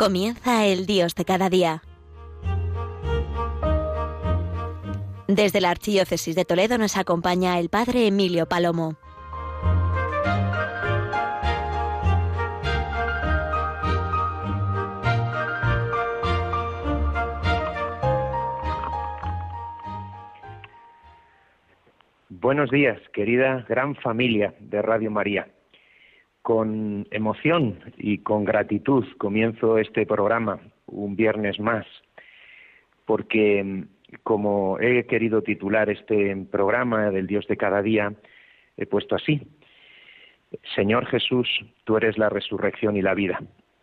Comienza el Dios de cada día. Desde la Archidiócesis de Toledo nos acompaña el Padre Emilio Palomo. Buenos días, querida gran familia de Radio María. Con emoción y con gratitud comienzo este programa un viernes más, porque como he querido titular este programa del Dios de cada día, he puesto así: Señor Jesús, tú eres la resurrección y la vida.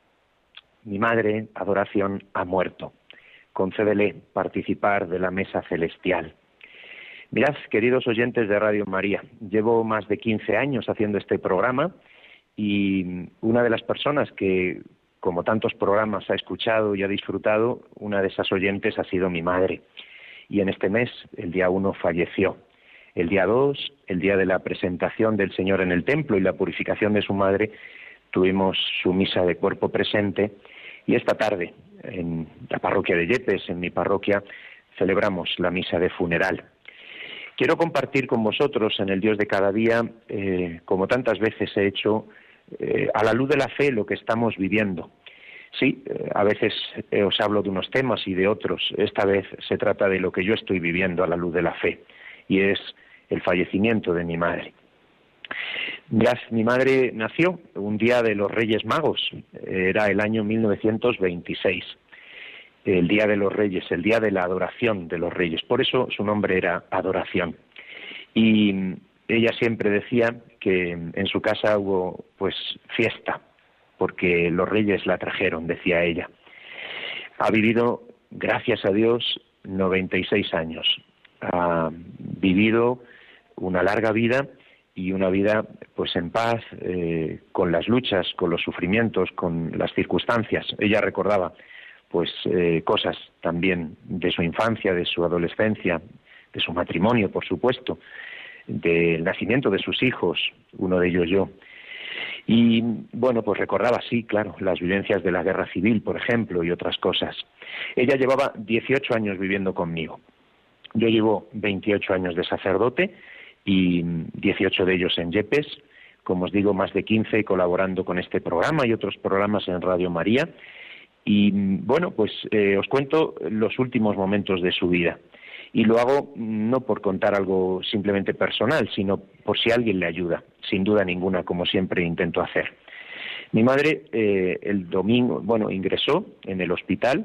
Mi madre, adoración, ha muerto. Concédele participar de la mesa celestial. Mirad, queridos oyentes de Radio María, llevo más de 15 años haciendo este programa y una de las personas que, como tantos programas, ha escuchado y ha disfrutado, una de esas oyentes ha sido mi madre. Y en este mes, el día 1, falleció. El día 2, el día de la presentación del Señor en el templo y la purificación de su madre, tuvimos su misa de cuerpo presente. Y esta tarde, en la parroquia de Yepes, en mi parroquia, celebramos la misa de funeral. Quiero compartir con vosotros en el Dios de cada día, como tantas veces he hecho, a la luz de la fe lo que estamos viviendo. Sí, a veces os hablo de unos temas y de otros. Esta vez se trata de lo que yo estoy viviendo a la luz de la fe, y es el fallecimiento de mi madre. Mirad, mi madre nació un día de los Reyes Magos, era el año 1926. El Día de los Reyes, el día de la adoración de los Reyes. Por eso su nombre era Adoración. Y ella siempre decía que en su casa hubo pues fiesta, porque los Reyes la trajeron, decía ella. Ha vivido, gracias a Dios, 96 años. Ha vivido una larga vida y una vida pues en paz, con las luchas, con los sufrimientos, con las circunstancias. Ella recordaba pues cosas también de su infancia, de su adolescencia, de su matrimonio, por supuesto, del nacimiento de sus hijos, uno de ellos yo. Y bueno, pues recordaba, sí, claro, las vivencias de la guerra civil, por ejemplo, y otras cosas. Ella llevaba 18 años viviendo conmigo. Yo llevo 28 años de sacerdote y 18 de ellos en Yepes, como os digo, más de 15 colaborando con este programa y otros programas en Radio María. Y bueno, pues os cuento los últimos momentos de su vida. Y lo hago no por contar algo simplemente personal, sino por si alguien le ayuda, sin duda ninguna, como siempre intento hacer. Mi madre el domingo, ingresó en el hospital,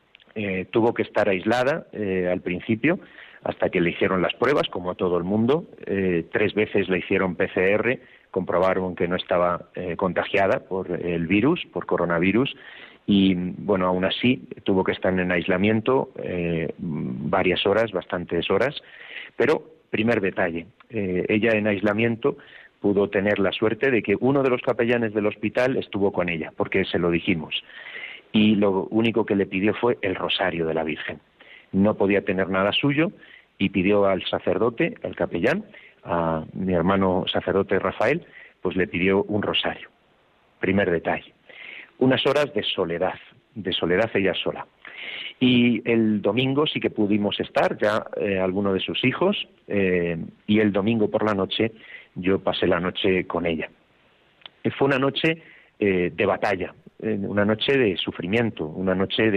tuvo que estar aislada al principio, hasta que le hicieron las pruebas, como a todo el mundo. 3 veces le hicieron PCR, comprobaron que no estaba contagiada por el virus, por coronavirus. Y bueno, aún así tuvo que estar en aislamiento varias horas, bastantes horas. Pero, primer detalle, ella en aislamiento pudo tener la suerte de que uno de los capellanes del hospital estuvo con ella, porque se lo dijimos. Y lo único que le pidió fue el rosario de la Virgen. No podía tener nada suyo y pidió al sacerdote, al capellán, a mi hermano sacerdote Rafael, pues le pidió un rosario. Primer detalle. Unas horas de soledad ella sola. Y el domingo sí que pudimos estar, ya alguno de sus hijos, y el domingo por la noche yo pasé la noche con ella. Fue una noche de batalla, una noche de sufrimiento, una noche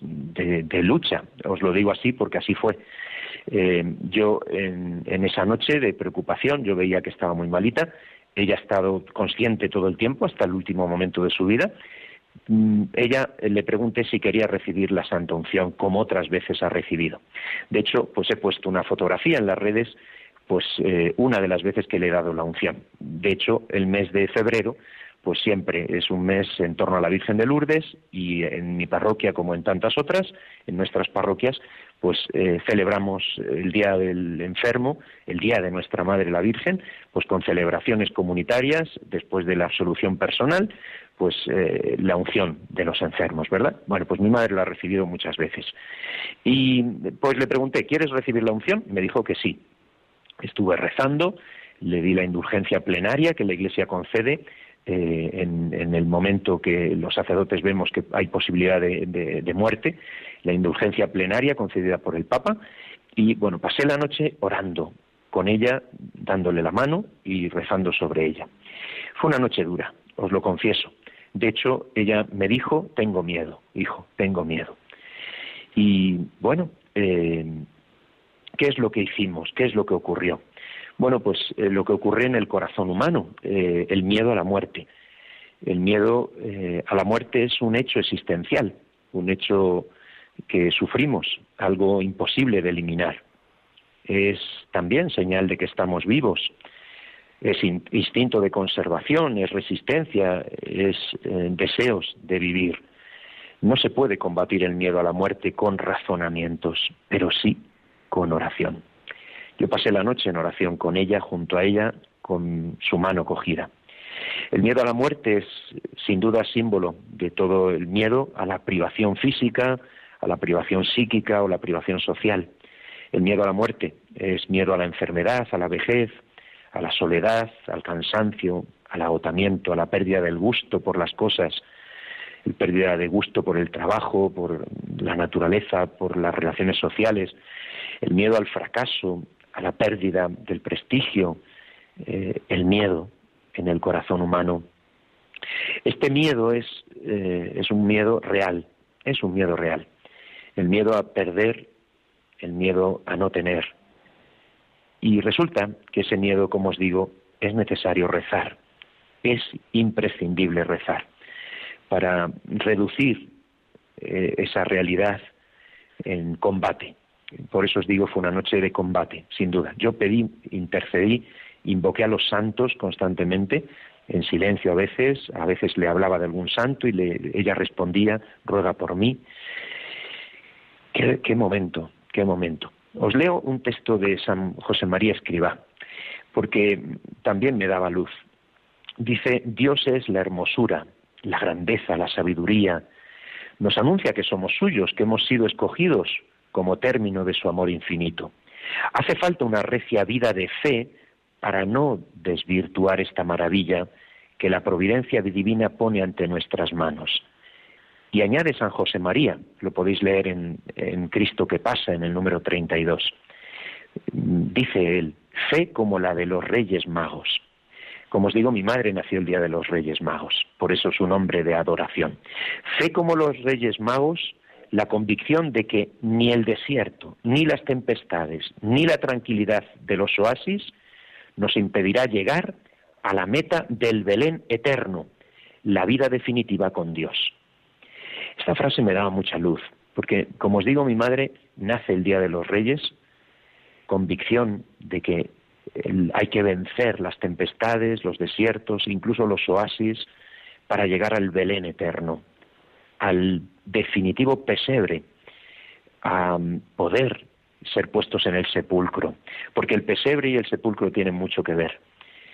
de lucha, os lo digo así porque así fue. Yo en esa noche de preocupación, yo veía que estaba muy malita, ella ha estado consciente todo el tiempo, hasta el último momento de su vida. Ella le pregunté si quería recibir la Santa Unción, como otras veces ha recibido. De hecho, pues he puesto una fotografía en las redes, pues una de las veces que le he dado la unción. De hecho, el mes de febrero, pues siempre es un mes en torno a la Virgen de Lourdes, y en mi parroquia, como en tantas otras, en nuestras parroquias, pues celebramos el Día del Enfermo, el Día de Nuestra Madre la Virgen, pues con celebraciones comunitarias, después de la absolución personal, pues la unción de los enfermos, ¿verdad? Bueno, pues mi madre la ha recibido muchas veces. Y pues le pregunté, ¿quieres recibir la unción? Me dijo que sí. Estuve rezando, le di la indulgencia plenaria que la Iglesia concede en el momento que los sacerdotes vemos que hay posibilidad de muerte, la indulgencia plenaria concedida por el Papa, y bueno, pasé la noche orando con ella, dándole la mano y rezando sobre ella. Fue una noche dura, os lo confieso. De hecho, ella me dijo, tengo miedo, hijo, tengo miedo. Y bueno, ¿qué es lo que hicimos? ¿Qué es lo que ocurrió? Bueno, pues lo que ocurre en el corazón humano, el miedo a la muerte. El miedo a la muerte es un hecho existencial, un hecho que sufrimos, algo imposible de eliminar. Es también señal de que estamos vivos, es instinto de conservación, es resistencia, es deseos de vivir. No se puede combatir el miedo a la muerte con razonamientos, pero sí con oración. Yo pasé la noche en oración con ella, junto a ella, con su mano cogida. El miedo a la muerte es sin duda símbolo de todo el miedo a la privación física, a la privación psíquica o la privación social. El miedo a la muerte es miedo a la enfermedad, a la vejez, a la soledad, al cansancio, al agotamiento, a la pérdida del gusto por las cosas, la pérdida de gusto por el trabajo, por la naturaleza, por las relaciones sociales, el miedo al fracaso, a la pérdida del prestigio, el miedo en el corazón humano. Este miedo es un miedo real, es un miedo real. El miedo a perder, el miedo a no tener. Y resulta que ese miedo, como os digo, es necesario rezar, es imprescindible rezar para reducir esa realidad en combate. Por eso os digo, fue una noche de combate, sin duda. Yo pedí, intercedí, invoqué a los santos constantemente, en silencio a veces le hablaba de algún santo y ella respondía, ruega por mí. Qué momento, qué momento. Os leo un texto de San José María Escrivá, porque también me daba luz. Dice, Dios es la hermosura, la grandeza, la sabiduría. Nos anuncia que somos suyos, que hemos sido escogidos como término de su amor infinito. Hace falta una recia vida de fe para no desvirtuar esta maravilla que la providencia divina pone ante nuestras manos. Y añade San José María, lo podéis leer en Cristo que pasa, en el número 32. Dice él, fe como la de los Reyes Magos. Como os digo, mi madre nació el día de los Reyes Magos, por eso su nombre de adoración. Fe como los Reyes Magos, la convicción de que ni el desierto, ni las tempestades, ni la tranquilidad de los oasis nos impedirá llegar a la meta del Belén eterno, la vida definitiva con Dios. Esta frase me daba mucha luz, porque, como os digo, mi madre nace el Día de los Reyes, convicción de que hay que vencer las tempestades, los desiertos, incluso los oasis, para llegar al Belén eterno, al definitivo pesebre, a poder ser puestos en el sepulcro, porque el pesebre y el sepulcro tienen mucho que ver.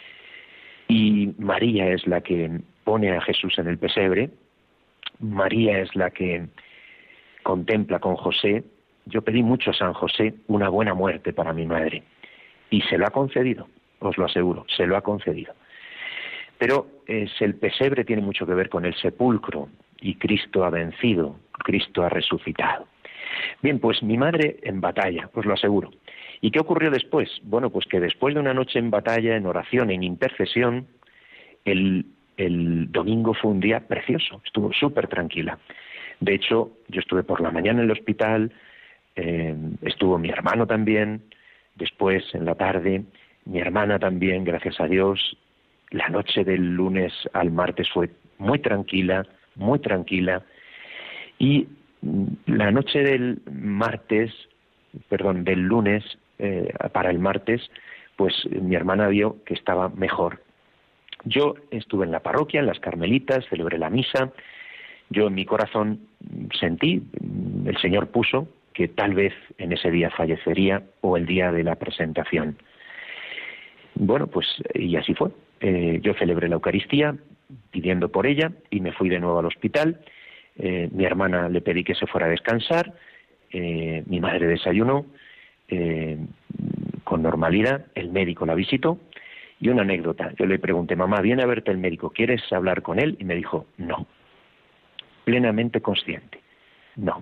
Y María es la que pone a Jesús en el pesebre, María es la que contempla con José. Yo pedí mucho a San José una buena muerte para mi madre, y se lo ha concedido, os lo aseguro, se lo ha concedido. Pero el pesebre tiene mucho que ver con el sepulcro, y Cristo ha vencido, Cristo ha resucitado. Bien, pues mi madre en batalla, os lo aseguro. ¿Y qué ocurrió después? Bueno, pues que después de una noche en batalla, en oración, en intercesión, el domingo fue un día precioso, estuvo súper tranquila. De hecho, yo estuve por la mañana en el hospital, estuvo mi hermano también, después en la tarde, mi hermana también, gracias a Dios. La noche del lunes al martes fue muy tranquila, y la noche del lunes para el martes, pues mi hermana vio que estaba mejor. Yo estuve en la parroquia, en las Carmelitas, celebré la misa. Yo en mi corazón sentí, el Señor puso que tal vez en ese día fallecería o el día de la presentación. Bueno, pues y así fue. Yo celebré la Eucaristía pidiendo por ella y me fui de nuevo al hospital. Mi hermana le pedí que se fuera a descansar. Mi madre desayunó con normalidad. El médico la visitó Y una anécdota, yo le pregunté, mamá, viene a verte el médico, ¿quieres hablar con él? Y me dijo, no, plenamente consciente, no.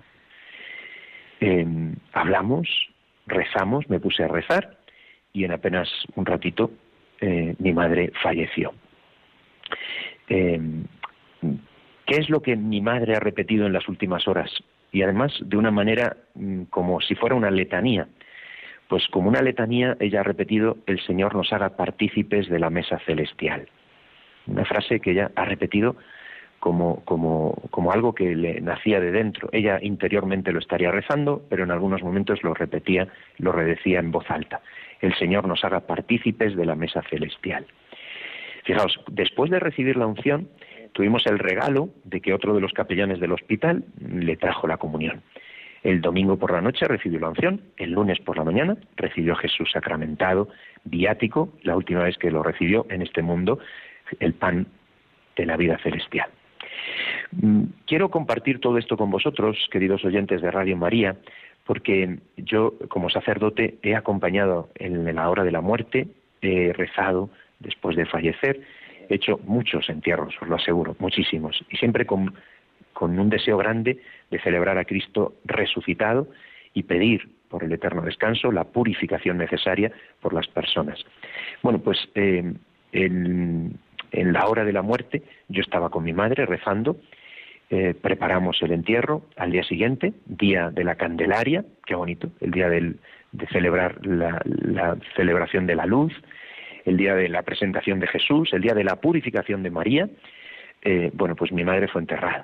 Hablamos, rezamos, me puse a rezar y en apenas un ratito mi madre falleció. ¿Qué es lo que mi madre ha repetido en las últimas horas? Y además de una manera como si fuera una letanía. Pues como una letanía ella ha repetido, el Señor nos haga partícipes de la mesa celestial. Una frase que ella ha repetido como algo que le nacía de dentro. Ella interiormente lo estaría rezando, pero en algunos momentos lo repetía, lo redecía en voz alta. El Señor nos haga partícipes de la mesa celestial. Fijaos, después de recibir la unción, tuvimos el regalo de que otro de los capellanes del hospital le trajo la comunión. El domingo por la noche recibió la unción, el lunes por la mañana recibió a Jesús sacramentado, viático, la última vez que lo recibió en este mundo, el pan de la vida celestial. Quiero compartir todo esto con vosotros, queridos oyentes de Radio María, porque yo, como sacerdote, he acompañado en la hora de la muerte, he rezado después de fallecer, he hecho muchos entierros, os lo aseguro, muchísimos, y siempre con un deseo grande de celebrar a Cristo resucitado y pedir por el eterno descanso la purificación necesaria por las personas. Bueno, pues en la hora de la muerte yo estaba con mi madre rezando, preparamos el entierro al día siguiente, día de la Candelaria, qué bonito, el día de celebrar la celebración de la luz, el día de la presentación de Jesús, el día de la purificación de María. Bueno, pues mi madre fue enterrada.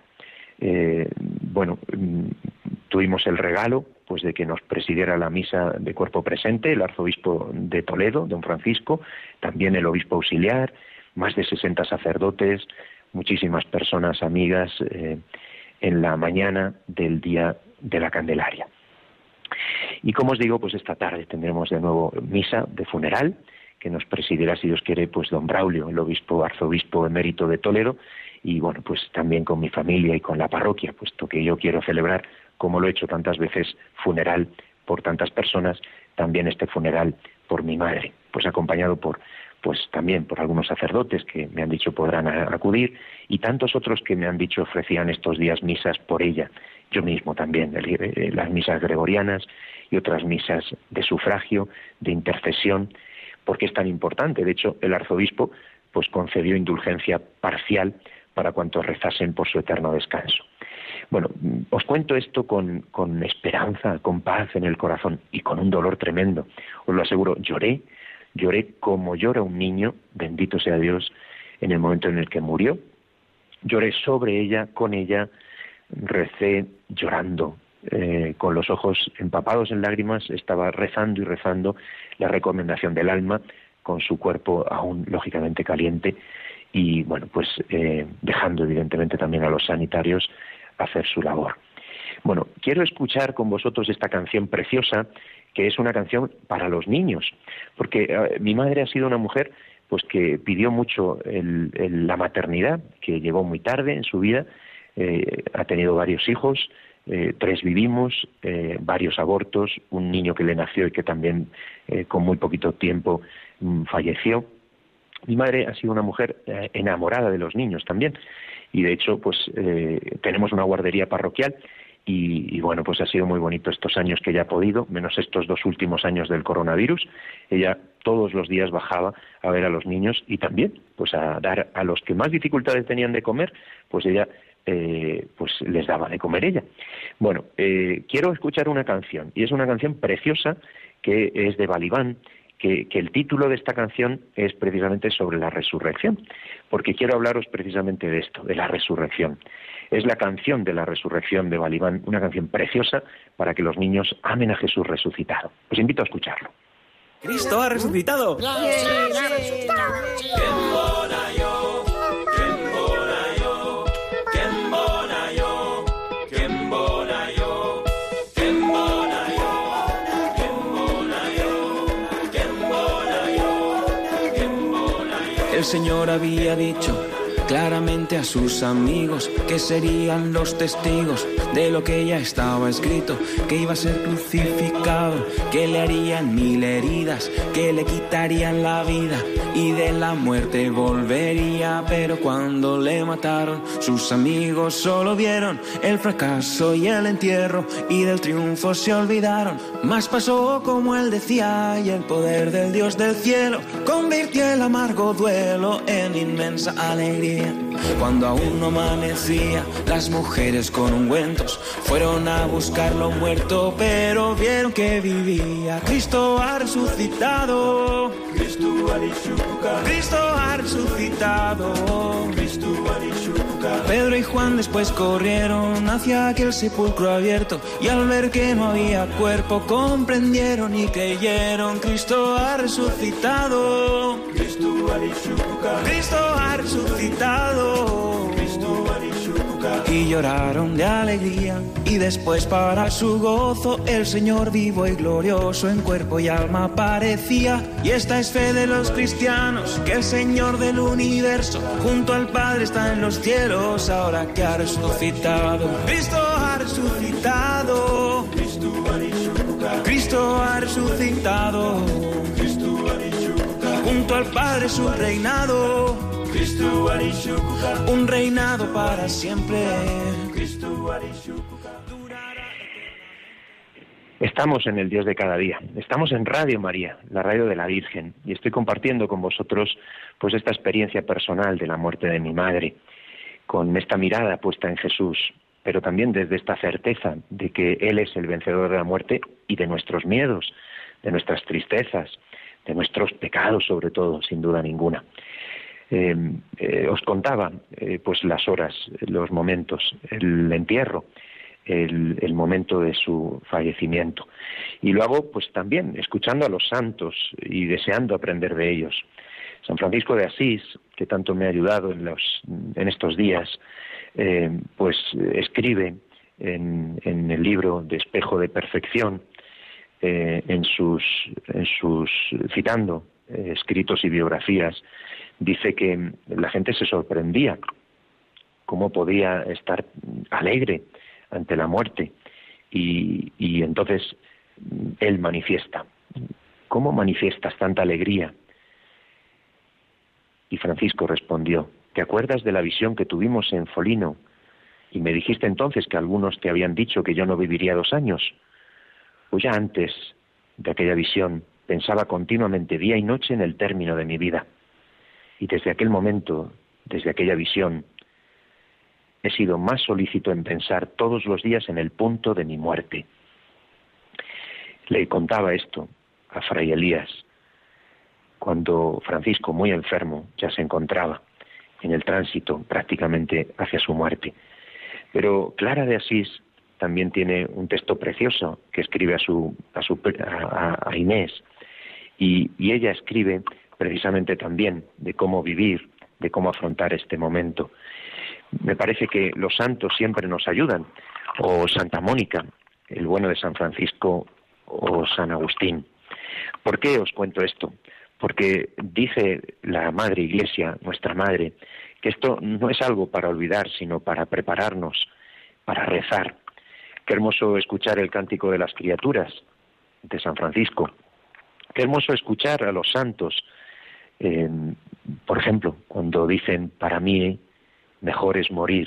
Tuvimos el regalo pues de que nos presidiera la misa de cuerpo presente el arzobispo de Toledo, don Francisco, también el obispo auxiliar, más de 60 sacerdotes, muchísimas personas amigas en la mañana del día de la Candelaria. Y como os digo, pues esta tarde tendremos de nuevo misa de funeral, que nos presidirá, si Dios quiere, pues don Braulio, el arzobispo emérito de Toledo, y bueno, pues también con mi familia y con la parroquia, puesto que yo quiero celebrar, como lo he hecho tantas veces, funeral por tantas personas, también este funeral por mi madre, pues acompañado también por algunos sacerdotes que me han dicho podrán acudir, y tantos otros que me han dicho ofrecían estos días misas por ella, yo mismo también, las misas gregorianas y otras misas de sufragio, de intercesión, porque es tan importante. De hecho, el arzobispo pues concedió indulgencia parcial para cuantos rezasen por su eterno descanso. Bueno, os cuento esto con esperanza, con paz en el corazón y con un dolor tremendo. Os lo aseguro, lloré como llora un niño, bendito sea Dios, en el momento en el que murió. Lloré sobre ella, con ella, recé llorando, con los ojos empapados en lágrimas, estaba rezando y rezando la recomendación del alma, con su cuerpo aún lógicamente caliente, y bueno, pues dejando evidentemente también a los sanitarios hacer su labor. Bueno, quiero escuchar con vosotros esta canción preciosa, que es una canción para los niños, porque mi madre ha sido una mujer pues que pidió mucho la maternidad, que llegó muy tarde en su vida, ha tenido varios hijos, 3 vivimos, varios abortos, un niño que le nació y que también con muy poquito tiempo falleció. Mi madre ha sido una mujer enamorada de los niños también, y de hecho pues tenemos una guardería parroquial, y bueno, pues ha sido muy bonito estos años que ella ha podido, menos estos 2 últimos años del coronavirus. Ella todos los días bajaba a ver a los niños y también pues a dar a los que más dificultades tenían de comer, pues ella pues les daba de comer ella. Bueno, quiero escuchar una canción, y es una canción preciosa que es de Balibán, que el título de esta canción es precisamente sobre la resurrección, porque quiero hablaros precisamente de esto, de la resurrección. Es la canción de la resurrección de Balibán, una canción preciosa para que los niños amen a Jesús resucitado. Os invito a escucharlo. ¡Cristo ha resucitado! El Señor había dicho: claramente a sus amigos, que serían los testigos de lo que ya estaba escrito, que iba a ser crucificado, que le harían 1000 heridas, que le quitarían la vida y de la muerte volvería. Pero cuando le mataron, sus amigos solo vieron el fracaso y el entierro, y del triunfo se olvidaron. Mas pasó como él decía, y el poder del Dios del cielo convirtió el amargo duelo en inmensa alegría. Cuando aún no amanecía, las mujeres con ungüentos fueron a buscarlo muerto, pero vieron que vivía. Cristo ha resucitado, Cristo ha resucitado. Pedro y Juan después corrieron hacia aquel sepulcro abierto, y al ver que no había cuerpo comprendieron y creyeron. Cristo ha resucitado, Cristo ha resucitado. Y lloraron de alegría, y después para su gozo el Señor vivo y glorioso en cuerpo y alma aparecía. Y esta es fe de los cristianos, que el Señor del universo junto al Padre está en los cielos, ahora que ha resucitado. Cristo ha resucitado, Cristo ha resucitado, junto al Padre su reinado, un reinado para siempre. Estamos en el Dios de cada día, estamos en Radio María, la radio de la Virgen, y estoy compartiendo con vosotros pues esta experiencia personal de la muerte de mi madre, con esta mirada puesta en Jesús, pero también desde esta certeza de que Él es el vencedor de la muerte y de nuestros miedos, de nuestras tristezas, de nuestros pecados sobre todo, sin duda ninguna. Os contaba pues las horas, los momentos, el entierro, el momento de su fallecimiento, y lo hago pues también escuchando a los santos y deseando aprender de ellos. San Francisco de Asís, que tanto me ha ayudado en estos días, pues escribe en el libro de Espejo de Perfección, citando escritos y biografías, dice que la gente se sorprendía cómo podía estar alegre ante la muerte, y entonces él manifiesta: ¿cómo manifiestas tanta alegría? Y Francisco respondió: ¿te acuerdas de la visión que tuvimos en Folino? Y me dijiste entonces que algunos te habían dicho que yo no viviría 2 años. Pues ya antes de aquella visión pensaba continuamente día y noche en el término de mi vida. Y desde aquel momento, desde aquella visión, he sido más solícito en pensar todos los días en el punto de mi muerte. Le contaba esto a Fray Elías cuando Francisco, muy enfermo, ya se encontraba en el tránsito prácticamente hacia su muerte. Pero Clara de Asís también tiene un texto precioso que escribe a Inés, y ella escribe precisamente también de cómo vivir, de cómo afrontar este momento. Me parece que los santos siempre nos ayudan, o Santa Mónica, el bueno de San Francisco, o San Agustín. ¿Por qué os cuento esto? Porque dice la Madre Iglesia, nuestra Madre, que esto no es algo para olvidar, sino para prepararnos, para rezar. Qué hermoso escuchar el Cántico de las Criaturas de San Francisco. Qué hermoso escuchar a los santos, por ejemplo, cuando dicen: para mí mejor es morir,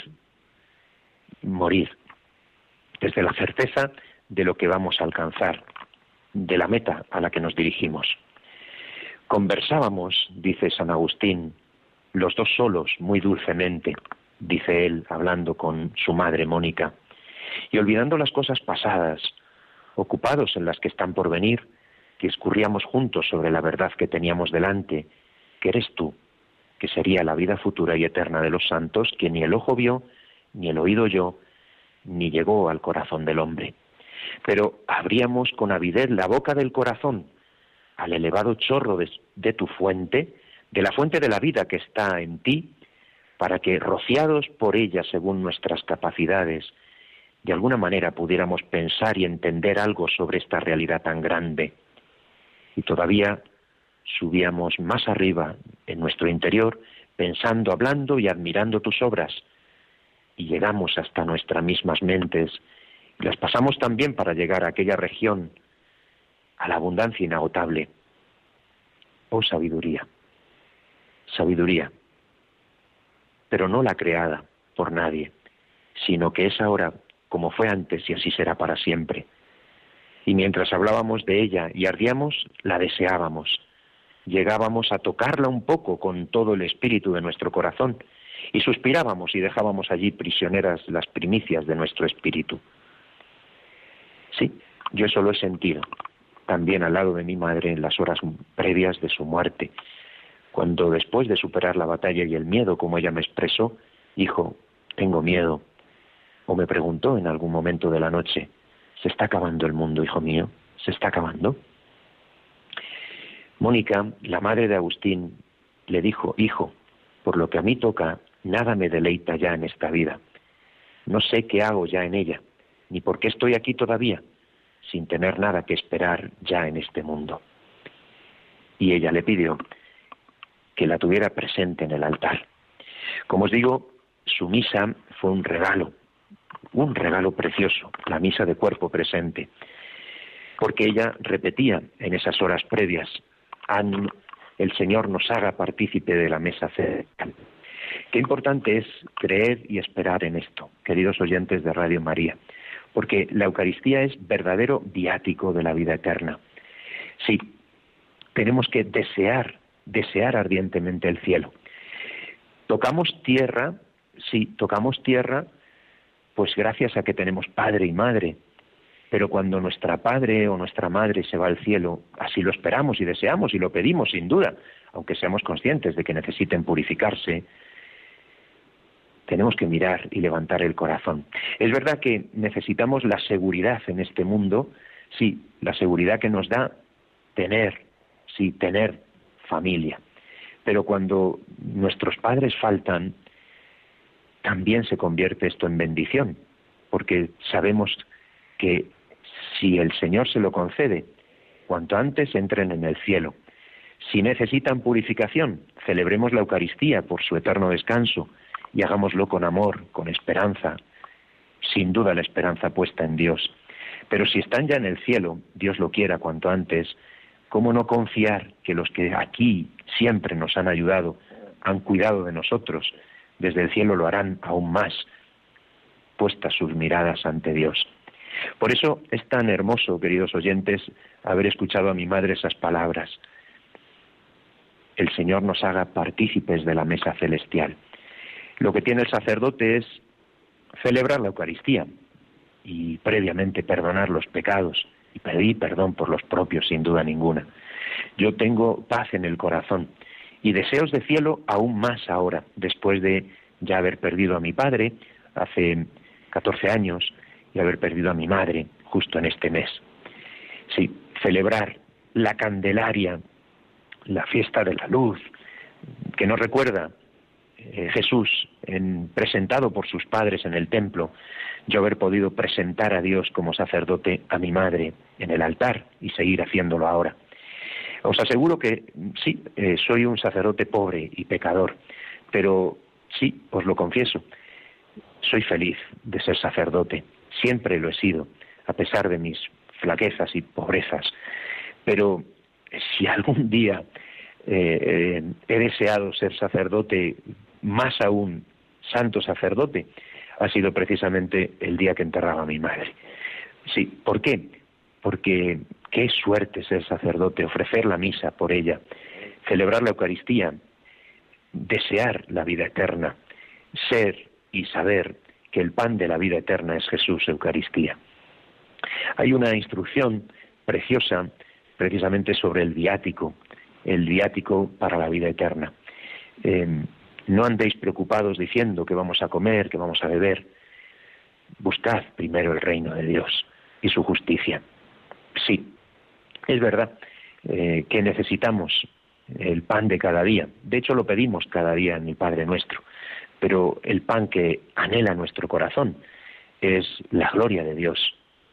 desde la certeza de lo que vamos a alcanzar, de la meta a la que nos dirigimos. Conversábamos, dice San Agustín, los dos solos muy dulcemente, dice él, hablando con su madre Mónica, y olvidando las cosas pasadas, ocupados en las que están por venir, discurríamos juntos sobre la verdad que teníamos delante, que eres tú, que sería la vida futura y eterna de los santos, que ni el ojo vio, ni el oído oyó, ni llegó al corazón del hombre. Pero abríamos con avidez la boca del corazón al elevado chorro de tu fuente, de la fuente de la vida que está en ti, para que, rociados por ella según nuestras capacidades, de alguna manera pudiéramos pensar y entender algo sobre esta realidad tan grande. Y todavía subíamos más arriba en nuestro interior, pensando, hablando y admirando tus obras. Y llegamos hasta nuestras mismas mentes. Y las pasamos también para llegar a aquella región, a la abundancia inagotable. Oh sabiduría, sabiduría, pero no la creada por nadie, sino que es ahora como fue antes y así será para siempre. Y mientras hablábamos de ella y ardíamos, la deseábamos. Llegábamos a tocarla un poco con todo el espíritu de nuestro corazón y suspirábamos y dejábamos allí prisioneras las primicias de nuestro espíritu. Sí, yo eso lo he sentido también al lado de mi madre en las horas previas de su muerte, cuando después de superar la batalla y el miedo, como ella me expresó, dijo, tengo miedo, o me preguntó en algún momento de la noche, ¿se está acabando el mundo, hijo mío? ¿Se está acabando? Mónica, la madre de Agustín, le dijo, hijo, por lo que a mí toca, nada me deleita ya en esta vida. No sé qué hago ya en ella, ni por qué estoy aquí todavía, sin tener nada que esperar ya en este mundo. Y ella le pidió que la tuviera presente en el altar. Como os digo, su misa fue un regalo precioso, la misa de cuerpo presente, porque ella repetía en esas horas previas, el Señor nos haga partícipe de la mesa celestial. Qué importante es creer y esperar en esto, queridos oyentes de Radio María, porque la Eucaristía es verdadero viático de la vida eterna. Sí, tenemos que desear ardientemente el cielo. Tocamos tierra, pues gracias a que tenemos padre y madre, pero cuando nuestra padre o nuestra madre se va al cielo, así lo esperamos y deseamos y lo pedimos sin duda, aunque seamos conscientes de que necesiten purificarse, tenemos que mirar y levantar el corazón. Es verdad que necesitamos la seguridad en este mundo, sí, la seguridad que nos da tener familia. Pero cuando nuestros padres faltan, también se convierte esto en bendición, porque sabemos que si el Señor se lo concede, cuanto antes entren en el cielo. Si necesitan purificación, celebremos la Eucaristía por su eterno descanso y hagámoslo con amor, con esperanza, sin duda la esperanza puesta en Dios. Pero si están ya en el cielo, Dios lo quiera cuanto antes, ¿cómo no confiar que los que aquí siempre nos han ayudado, han cuidado de nosotros, desde el cielo lo harán aún más, puestas sus miradas ante Dios? Por eso es tan hermoso, queridos oyentes, haber escuchado a mi madre esas palabras. El Señor nos haga partícipes de la mesa celestial. Lo que tiene el sacerdote es celebrar la Eucaristía y previamente perdonar los pecados y pedir perdón por los propios, sin duda ninguna. Yo tengo paz en el corazón y deseos de cielo aún más ahora, después de ya haber perdido a mi padre hace 14 años y haber perdido a mi madre justo en este mes. Sí, celebrar la Candelaria, la fiesta de la luz, que nos recuerda Jesús presentado por sus padres en el templo, yo haber podido presentar a Dios como sacerdote a mi madre en el altar y seguir haciéndolo ahora. Os aseguro que sí, soy un sacerdote pobre y pecador, pero sí, os lo confieso, soy feliz de ser sacerdote, siempre lo he sido, a pesar de mis flaquezas y pobrezas, pero si algún día he deseado ser sacerdote, más aún santo sacerdote, ha sido precisamente el día que enterraba a mi madre. Sí, ¿por qué? Porque qué suerte ser sacerdote, ofrecer la misa por ella, celebrar la Eucaristía, desear la vida eterna, ser y saber que el pan de la vida eterna es Jesús, Eucaristía. Hay una instrucción preciosa precisamente sobre el viático para la vida eterna. No andéis preocupados diciendo que vamos a comer, que vamos a beber. Buscad primero el reino de Dios y su justicia. Sí, es verdad que necesitamos el pan de cada día. De hecho, lo pedimos cada día en el Padre Nuestro. Pero el pan que anhela nuestro corazón es la gloria de Dios,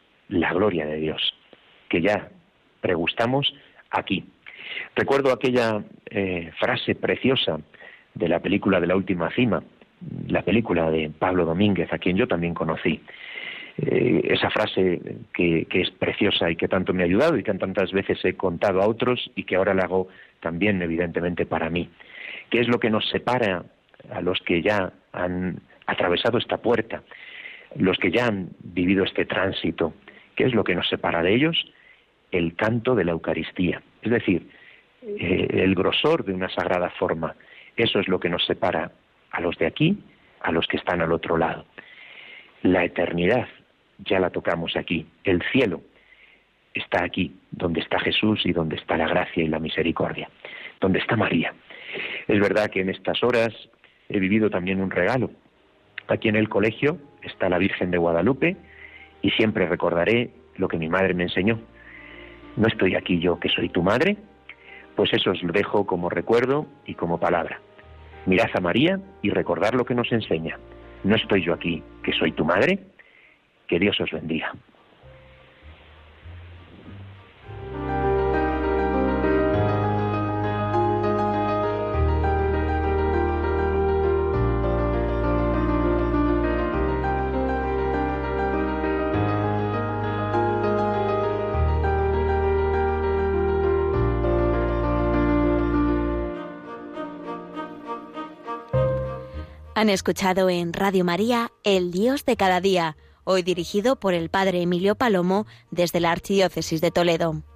que ya pregustamos aquí. Recuerdo aquella frase preciosa de la película de La Última Cima, la película de Pablo Domínguez, a quien yo también conocí. Esa frase que es preciosa y que tanto me ha ayudado y que tantas veces he contado a otros y que ahora la hago también evidentemente para mí. ¿Qué es lo que nos separa a los que ya han atravesado esta puerta, los que ya han vivido este tránsito? ¿Qué es lo que nos separa de ellos? El canto de la Eucaristía, es decir, el grosor de una sagrada forma. Eso es lo que nos separa a los de aquí, a los que están al otro lado. La eternidad ya la tocamos aquí. El cielo está aquí, donde está Jesús y donde está la gracia y la misericordia, donde está María. Es verdad que en estas horas he vivido también un regalo. Aquí en el colegio está la Virgen de Guadalupe y siempre recordaré lo que mi madre me enseñó. ¿No estoy aquí yo, que soy tu madre? Pues eso os lo dejo como recuerdo y como palabra. Mirad a María y recordad lo que nos enseña. ¿No estoy yo aquí, que soy tu madre? Que Dios os bendiga. Han escuchado en Radio María El Dios de cada día, hoy dirigido por el Padre Emilio Palomo desde la Archidiócesis de Toledo.